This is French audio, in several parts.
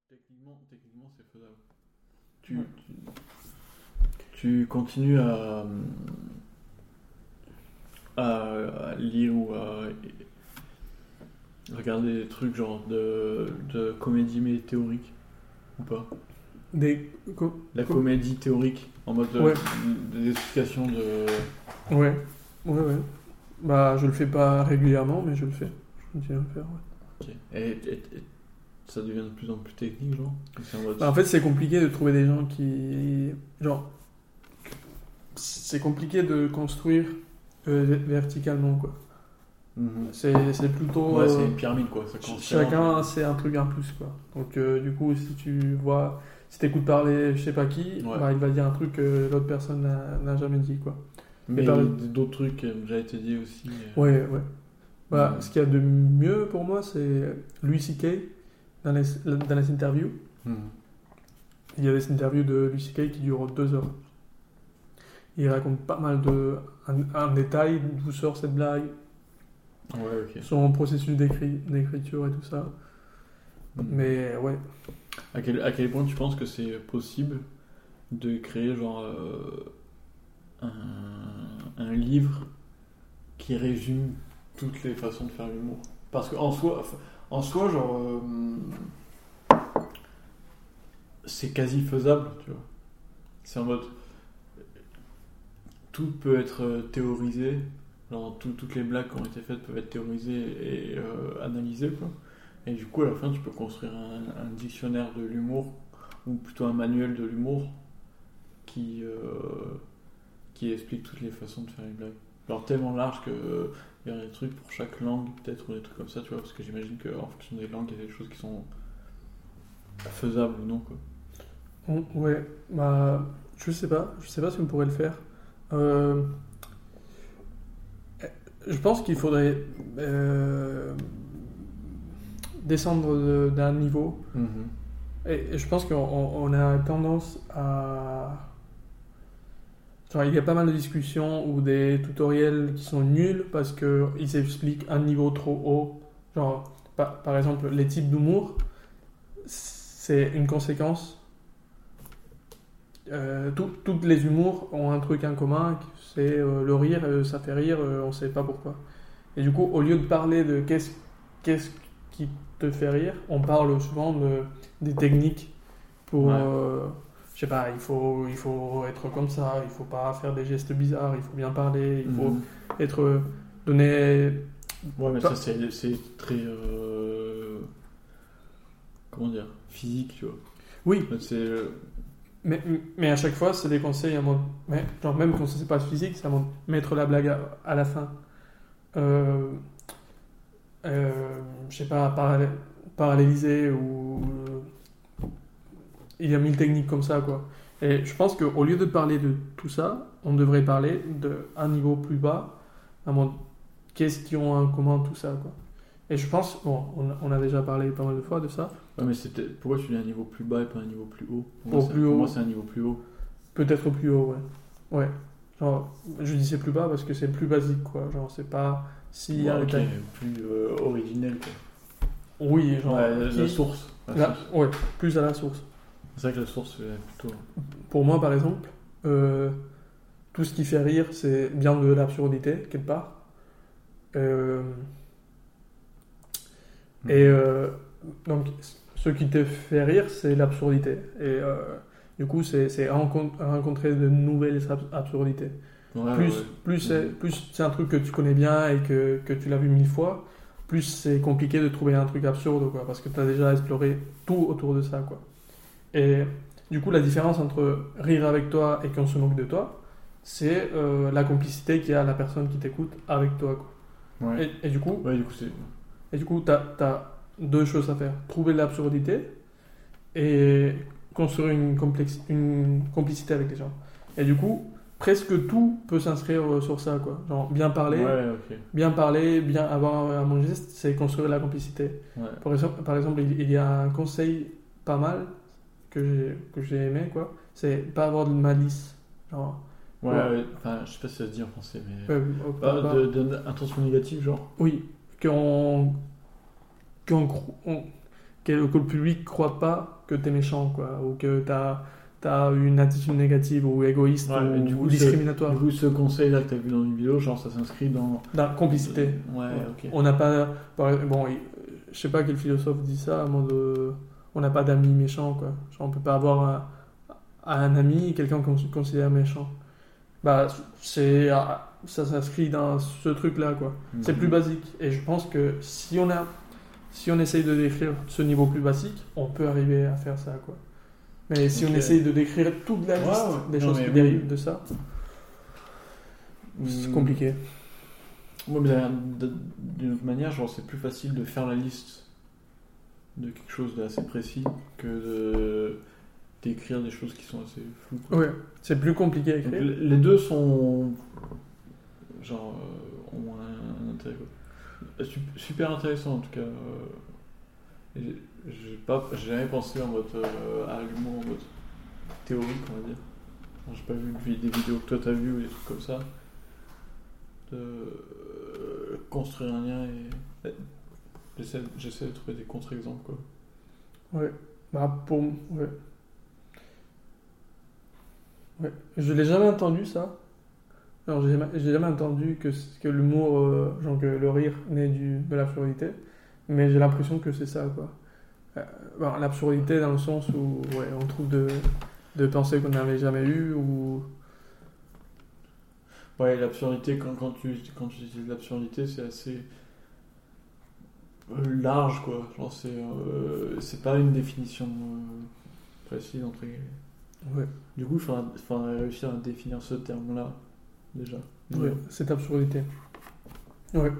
Techniquement, c'est faisable. Tu continues à lire ou à regarder des trucs genre de comédie mais théorique ou pas? La comédie théorique en mode Ouais. des explications de. Ouais. Bah, je le fais pas régulièrement, mais je le fais. Je continue à le faire, ouais. Ok. Et ça devient de plus en plus technique, genre? C'est en mode. Bah, en fait, c'est compliqué de trouver des gens qui. Genre. C'est compliqué de construire verticalement, quoi. Mhm. C'est plutôt. Ouais, c'est une pyramide quoi. Ça commence Chacun, c'est un truc en plus, quoi. Donc, du coup, si tu vois. Si t'écoutes parler je sais pas qui, Ouais. bah, il va dire un truc que l'autre personne n'a jamais dit, quoi. Mais Et par- d'autres trucs qui ont déjà été dit aussi. Ouais. Bah, Mhm. ce qu'il y a de mieux pour moi, c'est Louis C.K. dans les interviews. Mhm. Il y a des interviews de Louis C.K. qui durent 2 heures. Il raconte pas mal en détail d'où sort cette blague, Ouais, ok. son processus d'écriture et tout ça. Mhm. Mais ouais, À quel point tu penses que c'est possible de créer genre un livre qui résume toutes les façons de faire l'humour? Parce qu'en soi genre c'est quasi faisable, tu vois. C'est en mode tout peut être théorisé, genre toutes les blagues qui ont été faites peuvent être théorisées et analysées quoi. Et du coup à la fin tu peux construire un dictionnaire de l'humour ou plutôt un manuel de l'humour qui explique toutes les façons de faire une blague. Genre tellement large que il y a des trucs pour chaque langue peut-être ou des trucs comme ça tu vois parce que j'imagine qu'en fonction des langues il y a des choses qui sont faisables ou non quoi. ouais, bah, je sais pas si on pourrait le faire. Euh, je pense qu'il faudrait descendre d'un niveau. Et je pense qu'on a tendance à. Genre, il y a pas mal de discussions ou des tutoriels qui sont nuls parce qu'ils expliquent un niveau trop haut. Genre, par exemple, les types d'humour, c'est une conséquence. Toutes les humours ont un truc en commun, c'est le rire, ça fait rire, on sait pas pourquoi. Et du coup, au lieu de parler de qu'est-ce qui te fait rire, on parle souvent des techniques pour. Ouais. Je sais pas, il faut être comme ça, il faut pas faire des gestes bizarres, il faut bien parler, il faut être. Donner. Ouais, mais ça, c'est très. Comment dire? Physique, tu vois. Oui, C'est. mais à chaque fois, c'est des conseils à moi. Genre, même quand c'est pas physique, c'est à moi de mettre la blague à la fin. Je sais pas, paralléliser ou. Il y a 1000 techniques comme ça, quoi. Et je pense qu'au lieu de parler de tout ça, on devrait parler d'un niveau plus bas, à moins qu'est-ce qu'ils ont en commun, tout ça, quoi. Et je pense, bon, on a déjà parlé pas mal de fois de ça. Ouais, mais pourquoi tu dis un niveau plus bas et pas un niveau plus haut? Pour Moi, c'est un niveau plus haut. Peut-être plus haut, ouais. Ouais. Genre, je disais plus bas parce que c'est plus basique, quoi. Genre, c'est pas si. Ouais, ok, plus originel, quoi. Oui, genre. Ouais, la source. Ouais, plus à la source. C'est vrai que la source, c'est plutôt. Pour moi, par exemple, tout ce qui fait rire, c'est bien de l'absurdité, quelque part. Et donc, ce qui te fait rire, c'est l'absurdité. Et du coup, c'est rencontrer de nouvelles absurdités. Ouais, Plus c'est un truc que tu connais bien et que tu l'as vu 1000 fois, plus c'est compliqué de trouver un truc absurde, quoi, parce que tu as déjà exploré tout autour de ça, quoi. Et du coup, la différence entre rire avec toi et qu'on se moque de toi, c'est la complicité qu'il y a à la personne qui t'écoute avec toi, quoi. Ouais. Et du coup, c'est. et du coup, t'as 2 choses à faire. Trouver l'absurdité et construire une complicité avec les gens. Et du coup, presque tout peut s'inscrire sur ça, quoi. Genre, bien parler, bien avoir un bon geste, c'est construire la complicité. Ouais. Par exemple, il y a un conseil pas mal que j'ai aimé, quoi. C'est pas avoir de malice. Genre, Enfin, je sais pas si ça se dit en français, mais. D'intention négative, genre. Oui, que le public croit pas que t'es méchant, quoi, ou que t'as une attitude négative ou égoïste ou discriminatoire. Du coup, ce conseil-là que t'as vu dans une vidéo, genre ça s'inscrit dans la complicité. Ouais, ok. On n'a pas... Bon, je sais pas quel philosophe dit ça, on n'a pas d'amis méchants, quoi. Genre, on peut pas avoir un ami, quelqu'un qu'on considère méchant. Bah, ça s'inscrit dans ce truc-là, quoi. Mm-hmm. C'est plus basique. Et je pense que si on essaye de décrire ce niveau plus basique, on peut arriver à faire ça, quoi. Mais si on essaye de décrire toute la liste des choses qui dérivent de ça, c'est compliqué. Moi, mais d'une autre manière, genre, c'est plus facile de faire la liste de quelque chose d'assez précis que d'écrire des choses qui sont assez floues. Oui, c'est plus compliqué à écrire. Donc, les deux sont genre ont un intérêt, quoi. Super intéressant en tout cas. J'ai jamais pensé en mode à l'humour en mode théorique, on va dire. J'ai pas vu des vidéos que toi t'as vues ou des trucs comme ça. De construire un lien et j'essaie de trouver des contre-exemples, quoi. Ouais. Bah ouais. Je l'ai jamais entendu ça. Alors j'ai jamais entendu que l'humour, genre que le rire naît de l'absurdité. Mais j'ai l'impression que c'est ça, quoi. L'absurdité dans le sens où on trouve de pensées qu'on n'avait jamais eues ou... Ouais, l'absurdité, quand tu utilises l'absurdité, c'est assez large, quoi. Genre, c'est pas une définition précise, entre guillemets. Ouais. Du coup, il faudra réussir à définir ce terme-là, déjà. Ouais, cette absurdité. Ouais.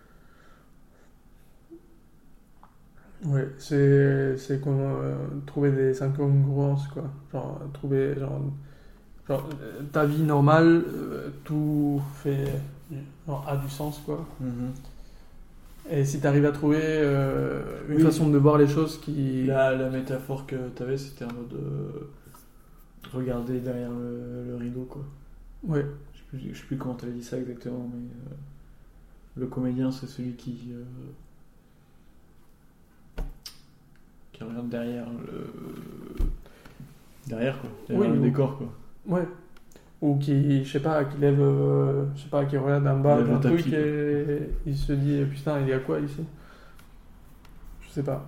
Ouais, c'est comment trouver des incongruences, quoi. Genre, trouver, genre ta vie normale, tout a du sens, quoi. Mm-hmm. Et si tu arrives à trouver une façon de voir les choses qui... La métaphore que tu avais, c'était en mode regarder derrière le rideau, quoi. Ouais. Je sais plus comment tu avais dit ça exactement, mais le comédien, c'est celui qui regarde derrière le décor, quoi. Ouais. Ou qui, je sais pas, qui lève, qui regarde en bas d'un truc et il se dit putain, il y a quoi ici? Je sais pas.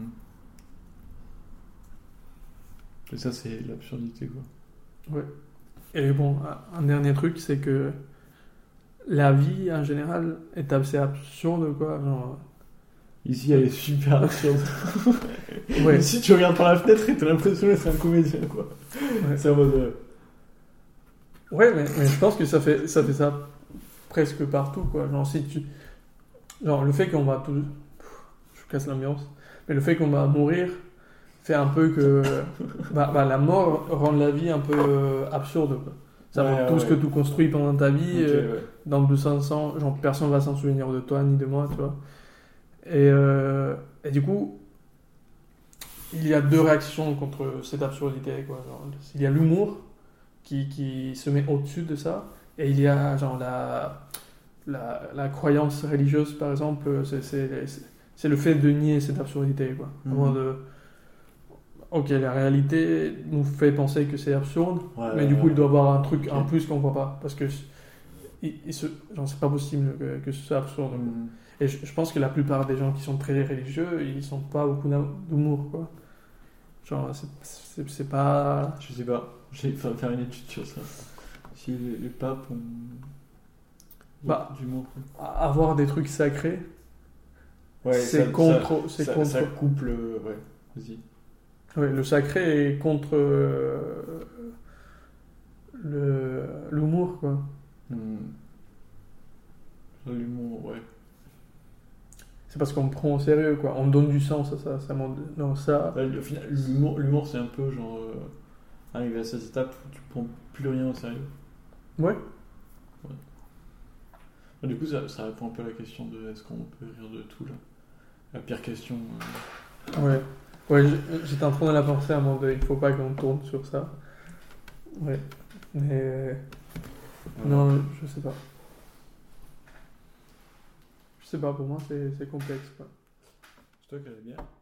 Et ça, c'est l'absurdité, quoi. Ouais. Et bon, un dernier truc, c'est que la vie en général est assez absurde, quoi. Genre... Ici, elle est super absurde. Ouais. Ici, tu regardes par la fenêtre et t'as l'impression que c'est un comédien, quoi. Ouais. C'est en mode. Ouais, mais je pense que ça fait ça presque partout, quoi. Genre, le fait qu'on va tout. Je casse l'ambiance. Mais le fait qu'on va mourir fait un peu que. La mort rend la vie un peu absurde, quoi. Ça rend tout ce que tu construis pendant ta vie, dans 200 ans, genre, personne va s'en souvenir de toi ni de moi, tu vois. Et du coup, il y a deux réactions contre cette absurdité, quoi. Genre, il y a l'humour qui se met au-dessus de ça, et il y a genre la croyance religieuse, par exemple, c'est le fait de nier cette absurdité, quoi. Ok, la réalité nous fait penser que c'est absurde, mais du coup, il doit y avoir un truc en plus qu'on voit pas, parce que c'est pas possible que ce soit absurde. Et je pense que la plupart des gens qui sont très religieux, ils sont pas beaucoup d'humour, quoi. Genre, c'est pas... Je sais pas, j'ai fait faire une étude sur ça. Si les papes ont d'humour. Avoir des trucs sacrés, c'est contre... Ça couple... Ouais, vas-y. Ouais, le sacré est contre l'humour, quoi. L'humour, ouais. C'est parce qu'on prend au sérieux, quoi. On donne du sens à ça. Non, ça... Au final, l'humour, c'est un peu genre... arriver à cette étape où tu prends plus rien au sérieux. Ouais. Du coup, ça répond un peu à la question de est-ce qu'on peut rire de tout, là. La pire question. Ouais, j'étais en train de la penser à un moment donné. Il faut pas qu'on tourne sur ça. Ouais. Mais... Non, je sais pas. Je sais pas, pour moi, c'est complexe, quoi. C'est toi qui allais bien.